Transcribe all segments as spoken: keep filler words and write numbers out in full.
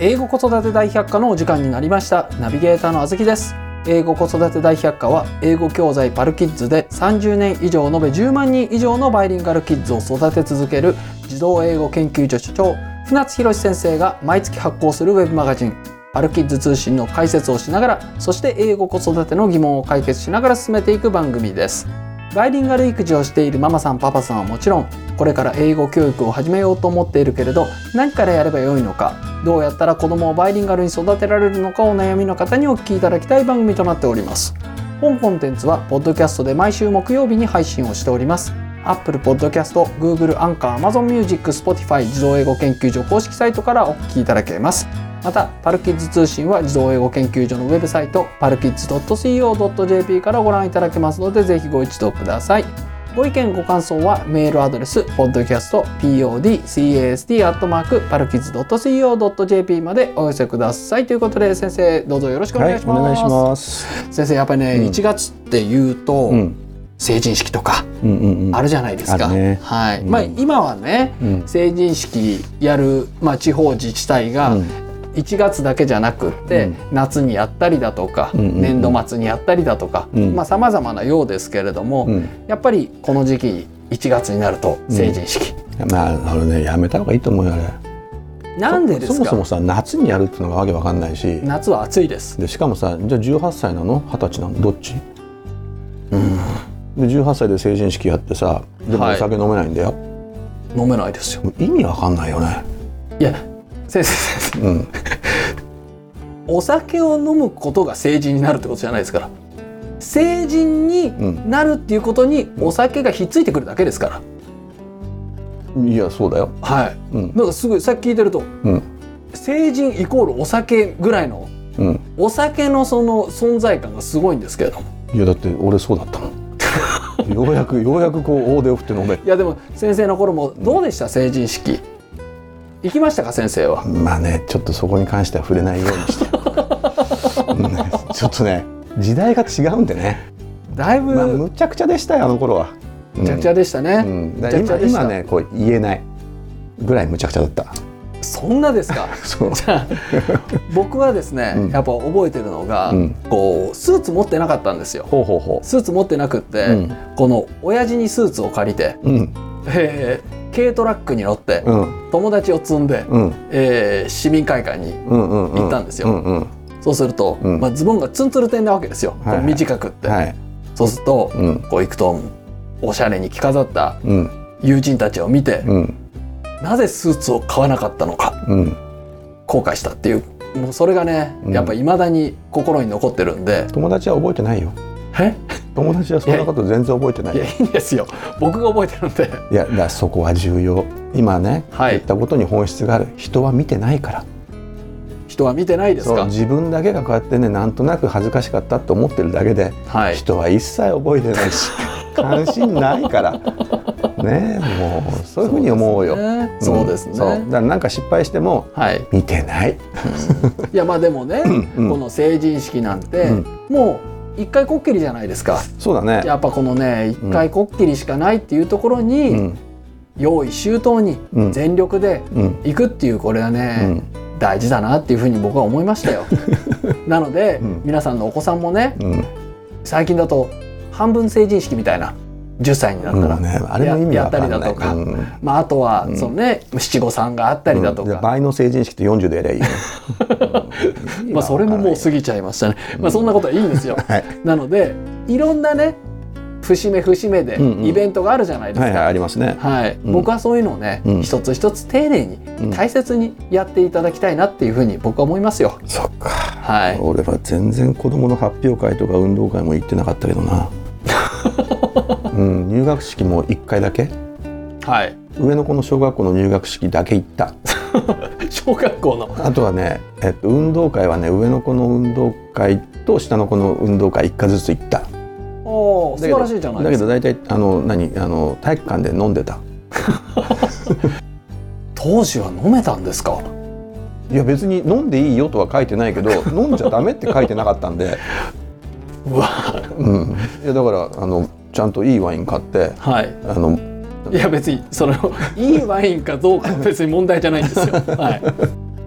英語子育て大百科のお時間になりました。ナビゲーターのあずきです。英語子育て大百科は英語教材パルキッズでさんじゅうねん以上延べじゅうまんにん以上のバイリンガルキッズを育て続ける児童英語研究所所長船津博史先生が毎月発行するウェブマガジンパルキッズ通信の解説をしながら、そして英語子育ての疑問を解決しながら進めていく番組です。バイリンガル育児をしているママさんパパさんはもちろん、これから英語教育を始めようと思っているけれど何からやればよいのか、どうやったら子供をバイリンガルに育てられるのかお悩みの方にお聞きいただきたい番組となっております。本コンテンツはポッドキャストで毎週木曜日に配信をしております。 Apple Podcast、Google、アンカー、Amazon Music、Spotify 児童英語研究所公式サイトからお聞きいただけます。またパルキッズ通信は児童英語研究所のウェブサイト パルキッズドットコードットジェーピー からご覧いただけますので、ぜひご一読ください。ご意見ご感想はメールアドレス ポッドキャスト ポッドキャスト アットマーク パルキッズドットコードットジェーピー までお寄せください。ということで先生、どうぞよろしくお願いします。 はい、お願いします。 先生、やっぱりね、うん、いちがつっていうと、うん、成人式とかあるじゃないですか。ね、はい、うん、まあ、今はね、うん、成人式やる、まあ、地方自治体が、うん、いちがつだけじゃなくって、うん、夏にやったりだとか、うんうんうん、年度末にやったりだとか、うん、まあ様々なようですけれども、うん、やっぱりこの時期いちがつになると成人式、 うん、まああのね、やめた方がいいと思うよあれ。 なんでですか。 そ, そもそもさ、夏にやるっていうのがわけわかんないし、 夏は暑いです。 でしかもさ、じゃあじゅうはっさいなのはたちなの、どっち？うん、でじゅうはっさいで成人式やってさ、でもお酒飲めないんだよ、はい、 飲めないですよ。 意味わかんないよね。 いや先生先生、うん、お酒を飲むことが成人になるってことじゃないですから。成人になるっていうことにお酒がひっついてくるだけですから。 うん、いやそうだよ。 はい。うん、なんかすごいさっき聞いてると、うん、成人イコールお酒ぐらいの、うん、お酒のその存在感がすごいんですけれども。 いやだって俺そうだったもん。ようやくようやくこう大手を振って飲め。 いやでも先生の頃もどうでした、うん、成人式行きましたか先生は。 まあね、ちょっとそこに関しては触れないようにして、うん、ちょっとね時代が違うんでね、 だいぶ、 まあ、むちゃくちゃでしたよあの頃は。 むちゃくちゃでしたね、うん、 だ今, 今ねこう言えないぐらいむちゃくちゃだった。 そんなですか。そうじゃあ僕はですね、うん、やっぱ覚えてるのが、うん、こうスーツ持ってなかったんですよ。ほうほうほう。スーツ持ってなくって、うん、この親父にスーツを借りて、うん、えー、軽トラックに乗って、うん、友達を積んで、うん、えー、市民会館に行ったんですよ、うんうんうん、そうすると、うん、まあ、ズボンがツンツルテンなわけですよ、はいはい、短くって、はい、そうすると、うん、こう行くとおしゃれに着飾った友人たちを見て、うん、なぜスーツを買わなかったのか、うん、後悔したっていう、もうそれがね、うん、やっぱ未だに心に残ってるんで。 友達は覚えてないよ。え？友達はそんなこと全然覚えてない。 いや、いいんですよ、僕が覚えてるんで。 いや、だからそこは重要。今ね、はい、言ったことに本質がある。人は見てないから。 人は見てないですか。 そう、自分だけがこうやってね、なんとなく恥ずかしかったと思ってるだけで、はい、人は一切覚えてないし関心ないからね、もうそういうふうに思うよ。 そうですね。 そうだからなんか失敗しても、はい、見てない。いやまあでもね、うん、この成人式なんて、うん、もう一回こっきりじゃないですか。 そうだね。 やっぱこのね、一回こっきりしかないっていうところに、うん、用意周到に全力で行くっていう、これはね、うん、大事だなっていうふうに僕は思いましたよ。なので、うん、皆さんのお子さんもね、うん、最近だと半分成人式みたいなじゅっさいになったら、うんね、あれも意味わかんない、やったりだとか、うん、まあ、あとは、うん、そのね、七五三があったりだとか、うん、 倍の成人式ってよんじゅうでやりゃいいよ、 うん、まあそれももう過ぎちゃいましたね、うん、まあそんなことはいいんですよ、はい、なのでいろんなね節目節目でイベントがあるじゃないですか、うんうん、はいはい、ありますね、はい、うん、僕はそういうのをね、うん、一つ一つ丁寧に大切にやっていただきたいなっていうふうに僕は思いますよ。 そっか、はい、俺は全然子どもの発表会とか運動会も行ってなかったけどな。うん、入学式もいっかいだけ、はい、上の子の小学校の入学式だけ行った。 小学校のあとはね、えっと、運動会はね、上の子の運動会と下の子の運動会いっかいずつ行った。 おー、素晴らしいじゃないですか。 だけど大体あの何あの体育館で飲んでた。 当時は飲めたんですか。 いや別に飲んでいいよとは書いてないけど飲んじゃダメって書いてなかったんで。 うわ、 うん、いやだからあのちゃんといいワイン買って、はい、あのいや別にそのいいワインかどうか別に問題じゃないんですよ。はい、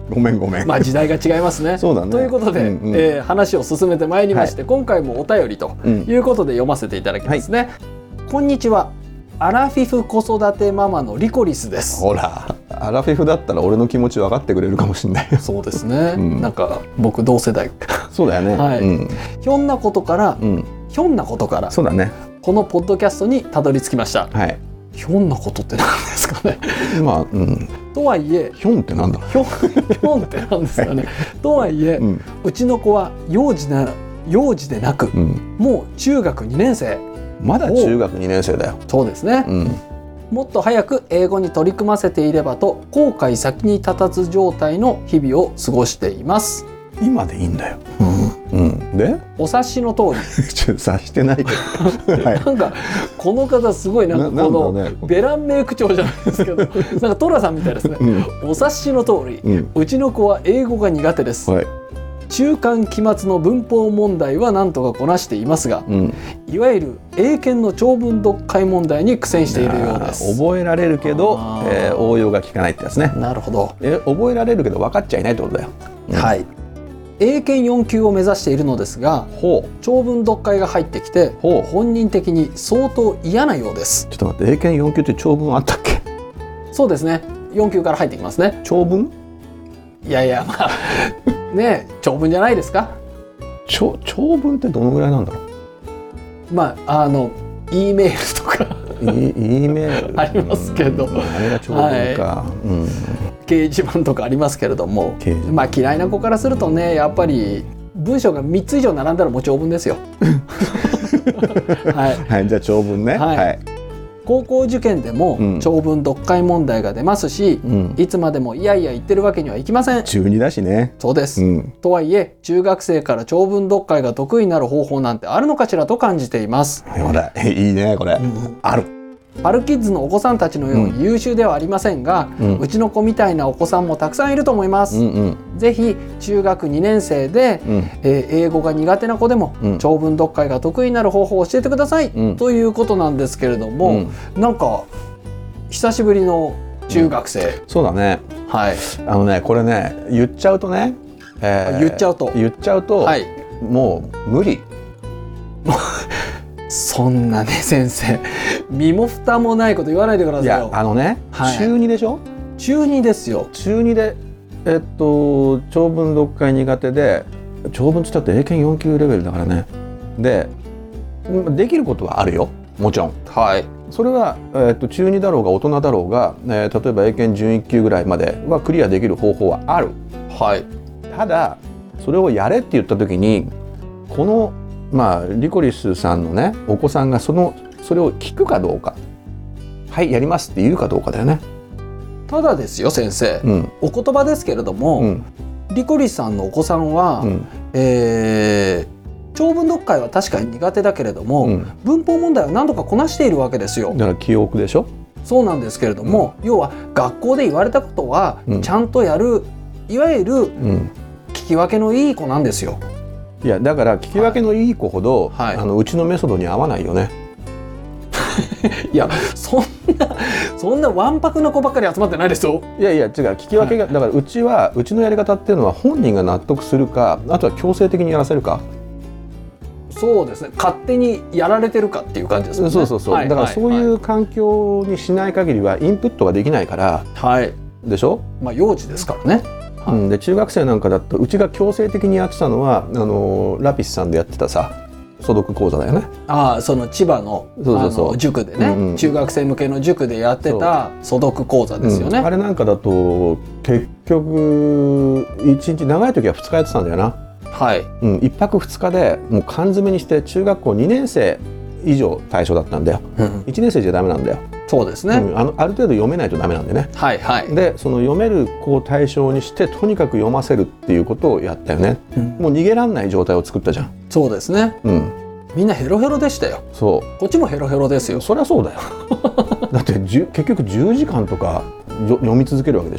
ごめんごめん。 まあ時代が違いますね。 そうだね。 ということで、 うんうん、 えー、話を進めてまいりまして、はい、今回もお便りということで読ませていただきますね。はい、こんにちは。アラフィフ子育てママのリコリスです。 ほら、アラフィフだったら俺の気持ち分かってくれるかもしれない。 そうですね。うん、なんか僕同世代。 そうだよね。 はい。うん、ひょんなことから、うん、ひょんなことから。 そうだね。 このポッドキャストにたどり着きました。 はい。 ひょんなことって何ですかね。 まあ、うん。 とはいえ、 ひょんってなんだ。 ひょん、ひょんってなんですかね。とはいえ、うん、うちの子は幼児な幼児でなく、うん、もう中学にねん生。 まだ中学にねん生だよ。 そうですね。うん、もっと早く英語に取り組ませていればと後悔先に立たず状態の日々を過ごしています。 今でいいんだよ。うんうん、でお察しの通りちょっと察してないけど、はい、 なんかこの方すごいなんかこのね、ベランメイク長じゃないですけどなんかトラさんみたいですね、うん、お察しの通り、うん、うちの子は英語が苦手です、はい、中間期末の文法問題は何とかこなしていますが、うん、いわゆる英検の長文読解問題に苦戦しているようです。 覚えられるけど、えー、応用が効かないってやつね。 なるほど。 え覚えられるけど分かっちゃいないってことだよ、 うん、はい。英検よん級を目指しているのですが、ほう長文読解が入ってきてほう本人的に相当嫌なようです。 ちょっと待って、英検よん級って長文あったっけ？ そうですね、よん級から入ってきますね。 長文？ いやいや、まあね、長文じゃないですか。 長長文ってどのぐらいなんだろう。まああの E メールとか E, E メールありますけど、 あれが長文か、はいうん、 掲示板とかありますけれども、まあ嫌いな子からするとね、やっぱり文章がみっつ以上並んだらもう長文ですよ。 はい、はい、じゃあ長文ね。はいはい、 高校受験でも長文読解問題が出ますし、うん、いつまでもいやいや言ってるわけにはいきません。 中にだしね。 そうです、うん、とはいえ中学生から長文読解が得意になる方法なんてあるのかしらと感じています。 ほらいいねこれ、うん、ある。 パルキッズのお子さんたちのように優秀ではありませんが、うん、うちの子みたいなお子さんもたくさんいると思います、うんうん、ぜひ中学にねん生で、うんえー、英語が苦手な子でも、うん、長文読解が得意になる方法を教えてください、うん、ということなんですけれども、うん、なんか久しぶりの中学生、うん、 そうだね、はい、あのねこれね言っちゃうとね、 えー、言っちゃうと言っちゃうと、はい、もう無理そんなね先生身も蓋もないこと言わないでくださいよ。 いやあのね、はい、中にでしょ。 中にですよ。 中にでえっと長文読解苦手で長文つったって英検よん級レベルだからね。でできることはあるよもちろん。はい。それは、えっと、中にだろうが大人だろうが、えー、例えば英検準いっ級ぐらいまではクリアできる方法はある。はい。ただそれをやれって言った時にこのまあ、リコリスさんのねお子さんがそのそれを聞くかどうか、はいやりますって言うかどうかだよね。 ただですよ先生、うん、お言葉ですけれども、うん、リコリスさんのお子さんは、うんえー、長文読解は確かに苦手だけれども、うん、文法問題は何度かこなしているわけですよ。 だから記憶でしょ。 そうなんですけれども、うん、要は学校で言われたことはちゃんとやる、いわゆる聞き分けのいい子なんですよ。 いやだから聞き分けのいい子ほど、はい、あのうちのメソッドに合わないよね。 いやそんなそんなわんぱくな子ばっかり集まってないですよ。 いやいや違う聞き分けが、はい、だからうちはうちのやり方っていうのは本人が納得するかあとは強制的にやらせるか。 そうですね勝手にやられてるかっていう感じですね。 そうそうそう、はい、だからそういう環境にしない限りはインプットができないから、はい、でしょ。まあ幼児ですからね。うん、で中学生なんかだとうちが強制的にやってたのはあのラピスさんでやってたさ素読講座だよね。ああその千葉 の, そうそうそうあの塾でね、うんうん、中学生向けの塾でやってた素読講座ですよね、うん、あれなんかだと結局いちにち長い時はふつかやってたんだよな。はい、うん、いっぱくふつかでもう缶詰にして中学校にねん生以上対象だったんだよ、うん、いちねん生じゃダメなんだよ。そうですね、うん、あのある程度読めないとダメなんでね。はいはい。でその読める子を対象にしてとにかく読ませるっていうことをやったよね、うん、もう逃げらんない状態を作ったじゃん。そうですね、うん、みんなヘロヘロでしたよ。そうこっちもヘロヘロですよ。そりゃそうだよだって結局じゅうじかんとか読み続けるわけでしょ。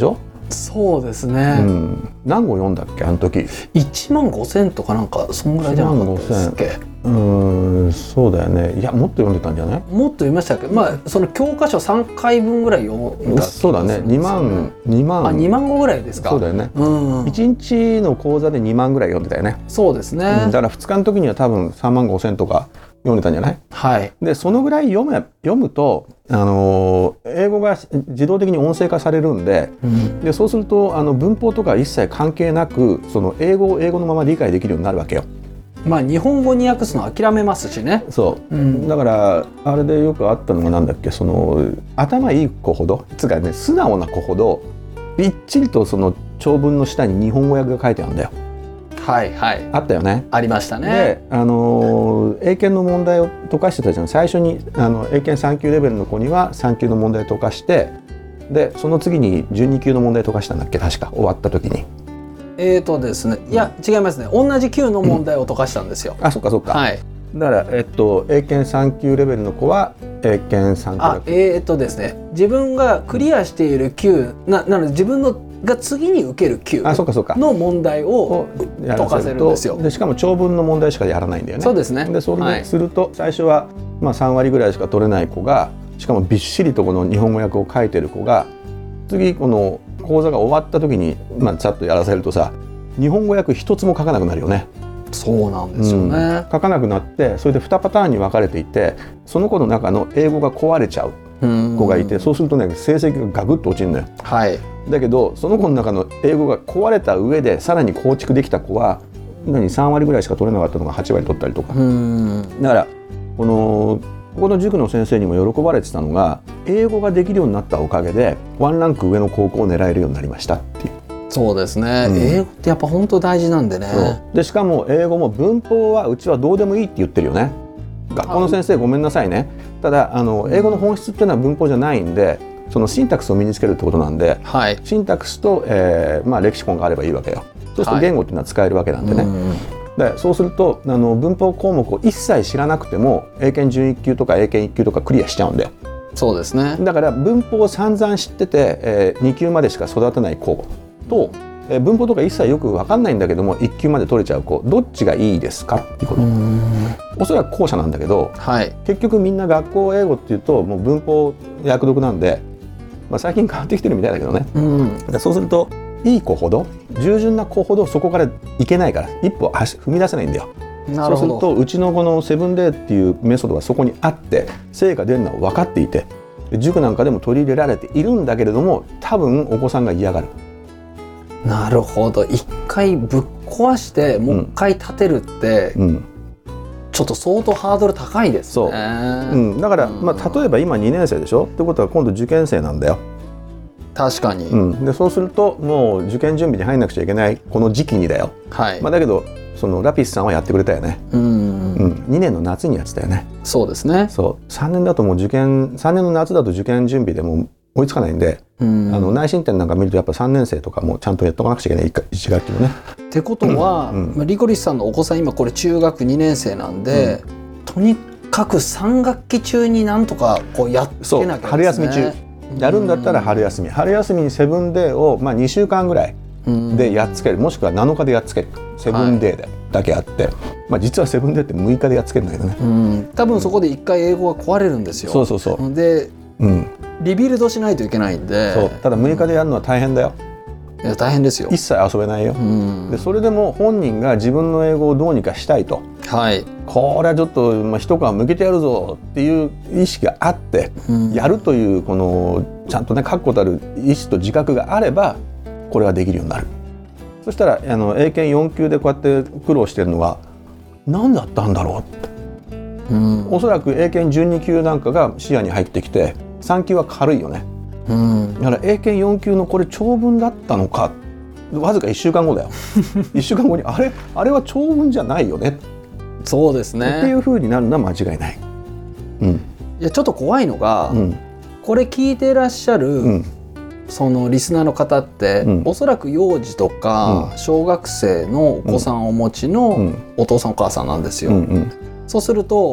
そうですね、 うん、何語読んだっけあの時。 いちまんごせんとかなんかそんぐらいじゃなかったですっけ。 うーん、そうだよね。いやもっと読んでたんじゃない。 もっと読みましたけど、まあその教科書さんかいぶんぐらい読んだ。 そうだね。にまんにまんあにまんごぐらいですか。 そうだよね、 うん、 いちにちの講座でにまんぐらい読んでたよね。 そうですね、 うん、だからふつかの時には多分さんまんごせんとか読んでたんじゃない。 はい。 でそのぐらい読め読むと、あのー、英語が自動的に音声化されるんで、うん、でそうするとあの文法とか一切関係なくその英語を英語のまま理解できるようになるわけよ。 まあ日本語に訳すの諦めますしね。 そう、うん、だからあれでよくあったのがなんだっけ、その頭いい子ほどつうかね、素直な子ほどびっちりとその長文の下に日本語訳が書いてあるんだよ。 はいはい。 あったよね。 ありましたね。 で、あのー、英検の問題を解かしてたじゃん。最初にあの英検さん級レベルの子にはさん級の問題を解かして、でその次にじゅうに級の問題を解かしたんだっけ、確か終わった時に。 えーとですね、いや違いますね。同じ級の問題を解かしたんですよ。 うん、あ、そっかそっか。はい。だからえっと英検さん級レベルの子は英検さん級。 あ、えーとですね、自分がクリアしている級ななので自分のが次に受ける級の問題を解かせるんですよ。 でしかも長文の問題しかやらないんだよね。 そうですね。 でそれすると、はい、最初はまあさんわりぐらいしか取れない子が、しかもびっしりとこの日本語訳を書いてる子が、次この講座が終わった時にまあちゃっとやらせるとさ、日本語訳一つも書かなくなるよね。 そうなんですよね、うん、 書かなくなって、それでにパターンに分かれていて、その子の中の英語が壊れちゃう子がいて、そうするとね成績がガクッと落ちるのよ。 はい。だけどその子の中の英語が壊れた上でさらに構築できた子は何さんわりぐらいしか取れなかったのがはちわり取ったりとか。だからこのここの塾の先生にも喜ばれてたのが、英語ができるようになったおかげでワンランク上の高校を狙えるようになりましたっていう。 そうですね、うん、英語ってやっぱ本当大事なんでね。 でしかも英語も文法はうちはどうでもいいって言ってるよね。学校の先生ごめんなさいね。ただあの英語の本質っていうのは文法じゃないんで、そのシンタックスを身につけるってことなんで、はい、シンタックスと、えーまあ、レキシコンがあればいいわけよ。そうすると言語っていうのは使えるわけなんでね、はい、でそうするとあの文法項目を一切知らなくても英検準いっ級とか英検いっ級とかクリアしちゃうんだよ。 そうですね。 だから文法を散々知ってて、えー、に級までしか育てない子と、えー、文法とか一切よく分かんないんだけどもいっ級まで取れちゃう子、どっちがいいですかっていうこと。おそらく後者なんだけど、はい、結局みんな学校英語っていうともう文法訳読なんで、まあ、最近変わってきてるみたいだけどね、うん、でそうするといい子ほど従順な子ほどそこからいけないから一歩足踏み出せないんだよ。そうするとうちのこのセブンデーっていうメソッドがそこにあって成果出るのは分かっていて、塾なんかでも取り入れられているんだけれども、多分お子さんが嫌がる。 なるほど。一回ぶっ壊してもう一回立てるって、うんうん、ちょっと相当ハードル高いですね。 そう、うん、だから、まあ、例えば今にねん生でしょってことは今度受験生なんだよ。 確かに、 うん、でそうするともう受験準備に入んなくちゃいけないこの時期にだよ、はい、まあ、だけどそのラピスさんはやってくれたよね。うん、うん、にねんの夏にやってたよね。 そうですね。 そうさんねんだともう受験さんねんの夏だと受験準備でもう追いつかないんで、うん、あの内申点なんか見るとやっぱさんねん生とかもちゃんとやっとかなくちゃいけないいち学期もね。 ってことは、うんうん、リコリスさんのお子さん今これ中学にねん生なんで、うん、とにかくさん学期中になんとかこうやっつけなきゃですね。 春休み中やるんだったら春休み、春休みにセブンデーを、まあ、にしゅうかんぐらいでやっつける、もしくはなのかでやっつける、セブンデーでだけあって、はい、まあ、実はセブンデーってむいかでやっつけるんだけどね、うん、 多分そこで一回英語が壊れるんですよ。 そうそうそうで、うん、リビルドしないといけないんで。 そうただむいかでやるのは大変だよ。 いや大変ですよ。 一切遊べないよ、うん、でそれでも本人が自分の英語をどうにかしたいと、はい、これはちょっと、まあ、一皮向けてやるぞっていう意識があって、うん、やるというこのちゃんとね確固たる意思と自覚があればこれができるようになる。そしたらあの英検よん級でこうやって苦労してるのは何だったんだろうって、うん、おそらく英検じゅうに級なんかが視野に入ってきてさん級は軽いよね。うん、だから英検よん級のこれ長文だったのか、わずかいっしゅうかんごだよいっしゅうかんごにあれあれは長文じゃないよね。 そうですねっていう風になるのは間違いない、 うん、いやちょっと怖いのが、うん、これ聞いてらっしゃる、うん、そのリスナーの方って、うん、おそらく幼児とか、うん、小学生のお子さんをお持ちのお父さんお母さんなんですよ、うんうん、そうすると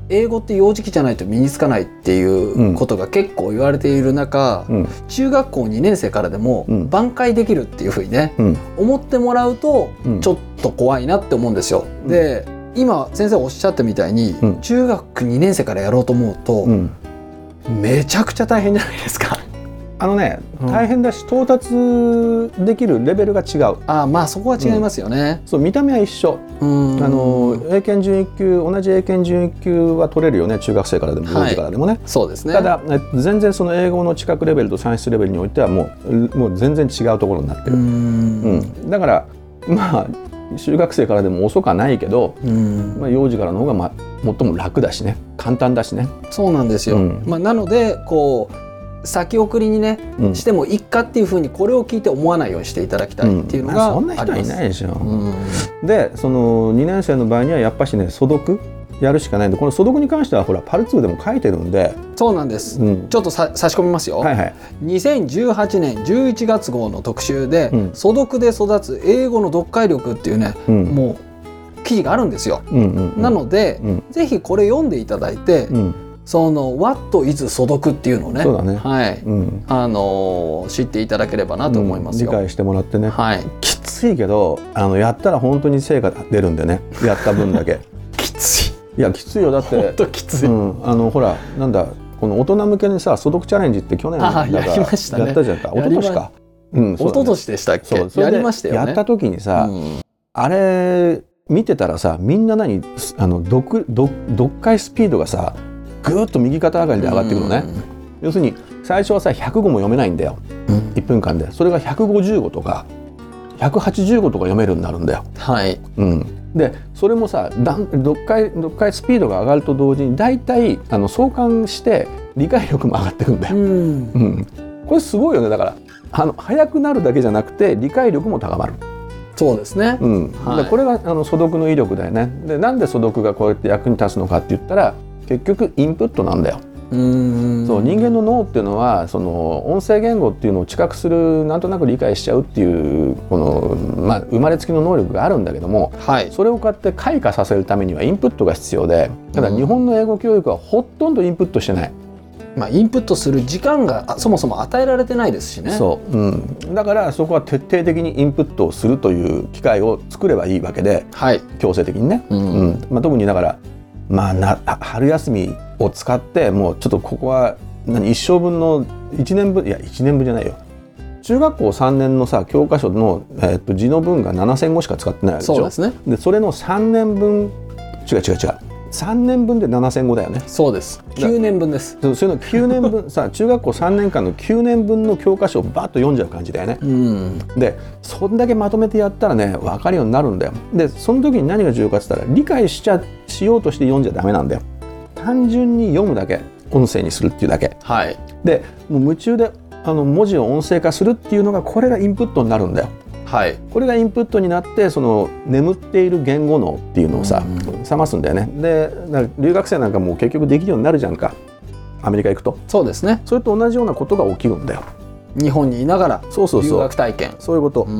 英語って幼児期じゃないと身につかないっていうことが結構言われている中、うん、中学校にねん生からでも挽回できるっていうふうにね、うん、思ってもらうとちょっと怖いなって思うんですよ。うん、で今先生おっしゃったみたいに、うん、中学にねん生からやろうと思うと、うん、めちゃくちゃ大変じゃないですか。 あのね、うん、大変だし到達できるレベルが違う。 あ、まあそこは違いますよね。 うん、そう見た目は一緒。あの英検準一級、同じ英検準一級は取れるよね、中学生からでも幼児からでもね。はい、 そうですね。 ただ全然その英語の知覚レベルと算出レベルにおいてはもうもう全然違うところになってる。うん、だからまあ中学生からでも遅くはないけど、まあ、幼児からの方がまあ最も楽だしね、簡単だしね。 そうなんですよ。うん、まあ、なのでこう先送りにね、うん、してもいいかっていうふうにこれを聞いて思わないようにしていただきたいっていうのがあります。 うん、まあ、そんな人はいないでしょ。うん、でそのにねん生の場合にはやっぱしね素読やるしかないんで、この素読に関してはほらパルツーでも書いてるんで。 そうなんです。うん、ちょっとさ差し込みますよ。はいはい、にせんじゅうはちねんじゅういちがつ号の特集で、うん、素読で育つ英語の読解力っていうね、うん、もう記事があるんですよ。うんうんうん、なので、うん、ぜひこれ読んでいただいて、うん、その What is 素読っていうのをね、 そうだね、 はい、うん、あのー、知っていただければなと思いますよ。 うん、理解してもらってね。 はい、 きついけどあのやったら本当に成果出るんでね、やった分だけ。 きつい。 いやきついよ。だって本当きつい。うん、 あのほらなんだこの大人向けにさ素読チャレンジって去年だからやりましたね。 やったじゃんか。一昨年か。 うん、一昨年でしたっけ。そうそれでやりましたよね。 やった時にさ、うん、あれ見てたらさみんな何あの読読読解スピードがさぐーっと右肩上がりで上がっていくのね。要するに最初はさひゃくごも読めないんだよ、うん、いっぷんかんで。それがひゃくごじゅうごとかひゃくはちじゅうごとか読めるようになるんだよ。 はい、 うん、でそれもさ読解、読解スピードが上がると同時にだいたいあの相関して理解力も上がってくんだよ。うんうん、これすごいよね。だからあの速くなるだけじゃなくて理解力も高まる。 そうですね。 うん、はい、でこれがあの素読の威力だよね。でなんで素読がこうやって役に立つのかって言ったら結局インプットなんだよ。うーん、そう人間の脳っていうのはその音声言語っていうのを知覚するなんとなく理解しちゃうっていうこの、まあ、生まれつきの能力があるんだけども、はい、それをこうやって開花させるためにはインプットが必要で、ただ日本の英語教育はほとんどインプットしてない。 まあ、インプットする時間がそもそも与えられてないですしね。 そう、うん、だからそこは徹底的にインプットをするという機会を作ればいいわけで、はい、強制的にね、うんうんまあ、特にだからまあ、な春休みを使ってもうちょっとここは何一生分のいちねんぶんいやいちねんぶんじゃないよ中学校さんねんのさ教科書の、えー、と字の分がななせんごしか使ってないわけでしょ。 そうですね。 でそれのさんねんぶん違う違う違うさんねんぶんでななせんごだよね。 そうです。きゅうねんぶんです。 そういうのきゅうねんぶんさ中学校さんねんかんのきゅうねんぶんの教科書をバッと読んじゃう感じだよね。うん、でそんだけまとめてやったらね分かるようになるんだよ。でその時に何が重要かって言ったら理解しちゃしようとして読んじゃダメなんだよ。単純に読むだけ音声にするっていうだけ、はい、でもう夢中であの文字を音声化するっていうのがこれがインプットになるんだよ。はい、これがインプットになってその眠っている言語脳っていうのをさ、うん、覚ますんだよね。で留学生なんかもう結局できるようになるじゃんか、アメリカ行くと。 そうですね。 それと同じようなことが起きるんだよ。 日本にいながらそうそうそう留学体験。 そういうこと。うん、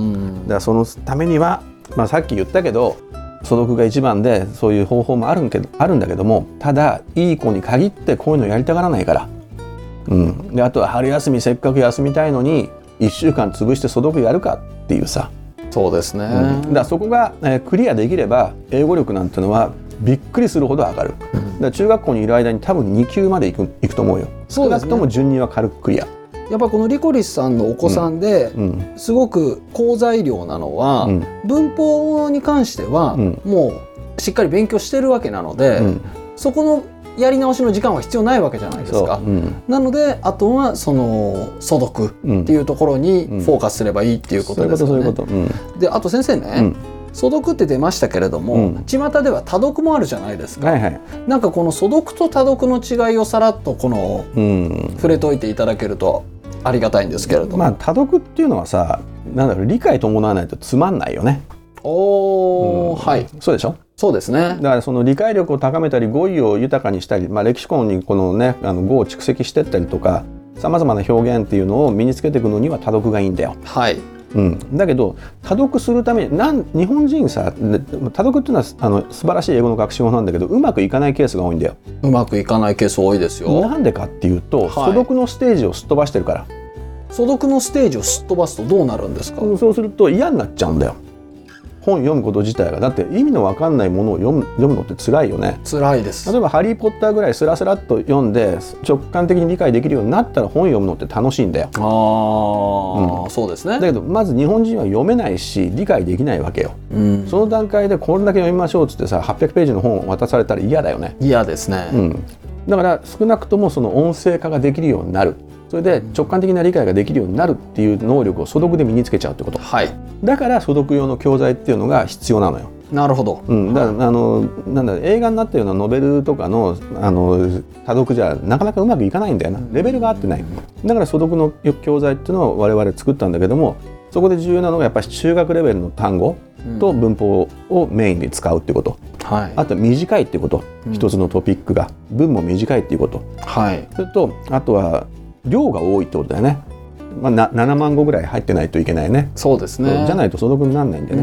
だからそのためには、まあ、さっき言ったけど素読が一番でそういう方法もあるんけどあるんだけども、ただいい子に限ってこういうのやりたがらないから、うん、であとは春休みせっかく休みたいのにいっしゅうかん潰して素読やるかっていうさ。 そうですね、 うん、だからそこが、えー、クリアできれば英語力なんてのはびっくりするほど上がる、うん、だから中学校にいる間に多分に級まで行く、行くと思うよ。少なくとも順には軽くクリア。 やっぱこのリコリスさんのお子さんで、うん、すごく好材料なのは、うん、文法に関しては、うん、もうしっかり勉強してるわけなので、うん、そこのやり直しの時間は必要ないわけじゃないですか、うん、なのであとはその素読っていうところにフォーカスすればいいっていうことですよね。であと先生ね、うん、素読って出ましたけれども、うん、巷では多読もあるじゃないですか、はいはい、なんかこの素読と多読の違いをさらっとこの、うん、触れといていただけるとありがたいんですけれども、 まあ、多読っていうのはさなんだろう理解伴わないとつまんないよね。 おー、うん、はいそうでしょ。 そうですね。 だからその理解力を高めたり語彙を豊かにしたり、まあ、レキシコンにこのねあの語を蓄積していったりとかさまざまな表現っていうのを身につけていくのには多読がいいんだよ。はい、 うん、だけど多読するためになん日本人さ多読っていうのはあの素晴らしい英語の学習法なんだけどうまくいかないケースが多いんだよ。 うまくいかないケース多いですよ。 なんでかっていうと、はい、素読のステージをすっ飛ばしてるから。 素読のステージをすっ飛ばすとどうなるんですか？ そうすると嫌になっちゃうんだよ。本読むこと自体が。だって意味の分かんないものを読む、読むのって辛いよね。 辛いです。 例えばハリーポッターぐらいスラスラっと読んで直感的に理解できるようになったら本読むのって楽しいんだよ。 ああ、うん、そうですね。 だけどまず日本人は読めないし理解できないわけよ、うん、その段階でこれだけ読みましょうっつってさはっぴゃくページの本を渡されたら嫌だよね。 嫌ですね、 うん、だから少なくともその音声化ができるようになる、それで直感的な理解ができるようになるっていう能力を素読で身につけちゃうってこと、はい、だから素読用の教材っていうのが必要なのよ。 なるほど、 うん、だからあのなんだ映画になったようなノベルとかのあの多読じゃなかなかうまくいかないんだよな。レベルが合ってない。だから素読の教材っていうのを我々作ったんだけども、そこで重要なのがやっぱり中学レベルの単語と文法をメインに使うっていうこと、はい、あと短いっていうこと、うん、一つのトピックが文も短いっていうこと、はい、それとあとは量が多いってことだよね。まあ、なななまんごぐらい入ってないといけないね。 そうですね。 じゃないと素読にならないんでね、うん、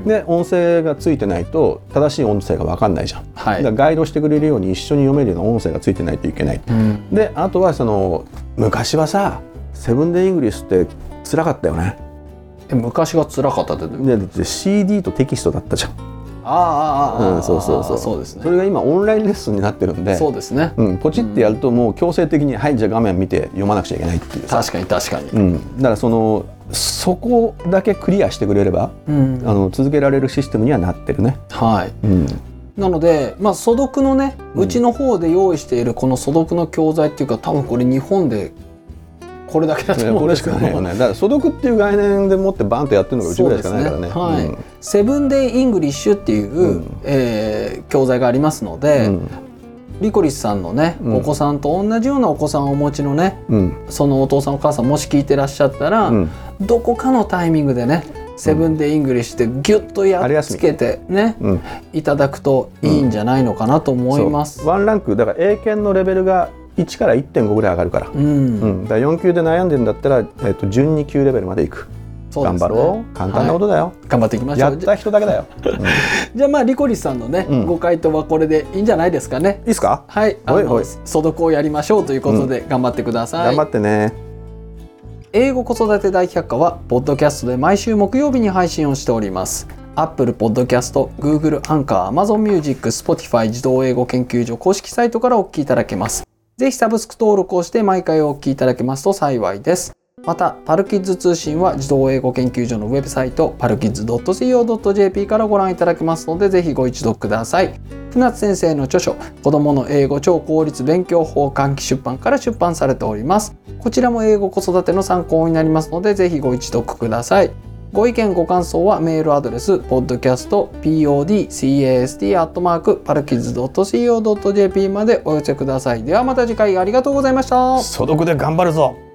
で音声がついてないと正しい音声が分かんないじゃん、はい、だからガイドしてくれるように一緒に読めるような音声がついてないといけない、うん、であとはその昔はさセブンデイイングリッシュって辛かったよね。 え昔が辛かったって？ でだって シーディー とテキストだったじゃん。 ああああ、 うん、そうそうそう、 そうですね。 それが今オンラインレッスンになってるんで、 そうですね、 うん、ポチってやるともう強制的に、うん、はいじゃあ画面見て読まなくちゃいけないっていう。 確かに確かに、 うん、だからそのそこだけクリアしてくれれば、うん、あの続けられるシステムにはなってるね。はい、うん、 なので、まあ、素読のねうちの方で用意しているこの素読の教材っていうか多分これ日本でこれだけだと思うんですけど、 これしかないよね。だから素読っていう概念でもってバンとやってるのがうちぐらいしかないからね。 はいうん、セブンデイイングリッシュっていう、うんえー、教材がありますので、うん、リコリスさんのね、うん、お子さんと同じようなお子さんをお持ちのね、うん、そのお父さんお母さんもし聞いてらっしゃったら、うん、どこかのタイミングでねセブンデイイングリッシュでギュッとやっつけてね、うん、いただくといいんじゃないのかなと思います。 うん、ワンランクだから英検のレベルがいちからいってんごぐらい上がるから、うんうん、だからよん級で悩んでるんだったら、えっと、準に級レベルまでいく。そうですね、頑張ろう。簡単なことだよ、はい、 頑張っていきましょう。 やった人だけだよ、うん、 じゃあまあリコリスさんのね、うん、ご回答はこれでいいんじゃないですかね。 いいですか。 はい、あのおいおい素読をやりましょうということで頑張ってください、 うん、頑張ってね。 英語子育て大百科はポッドキャストで毎週木曜日に配信をしております。Apple Podcast、Google、Anchor、Amazon Music、Spotify 自動英語研究所公式サイトからお聞きいただけます。ぜひサブスク登録をして毎回お聞きいただけますと幸いです。また、パルキッズ通信は児童英語研究所のウェブサイト パルキッズドットシーオードットジェーピー からご覧いただけますので、ぜひご一読ください。船津先生の著書、子供の英語超効率勉強法換気出版から出版されております。こちらも英語子育ての参考になりますので、ぜひご一読ください。ご意見ご感想はメールアドレス ポッドキャスト ポッドキャスト アットマーク パルキッズドットシーオードットジェーピー までお寄せください。ではまた次回ありがとうございました。 素読で頑張るぞ。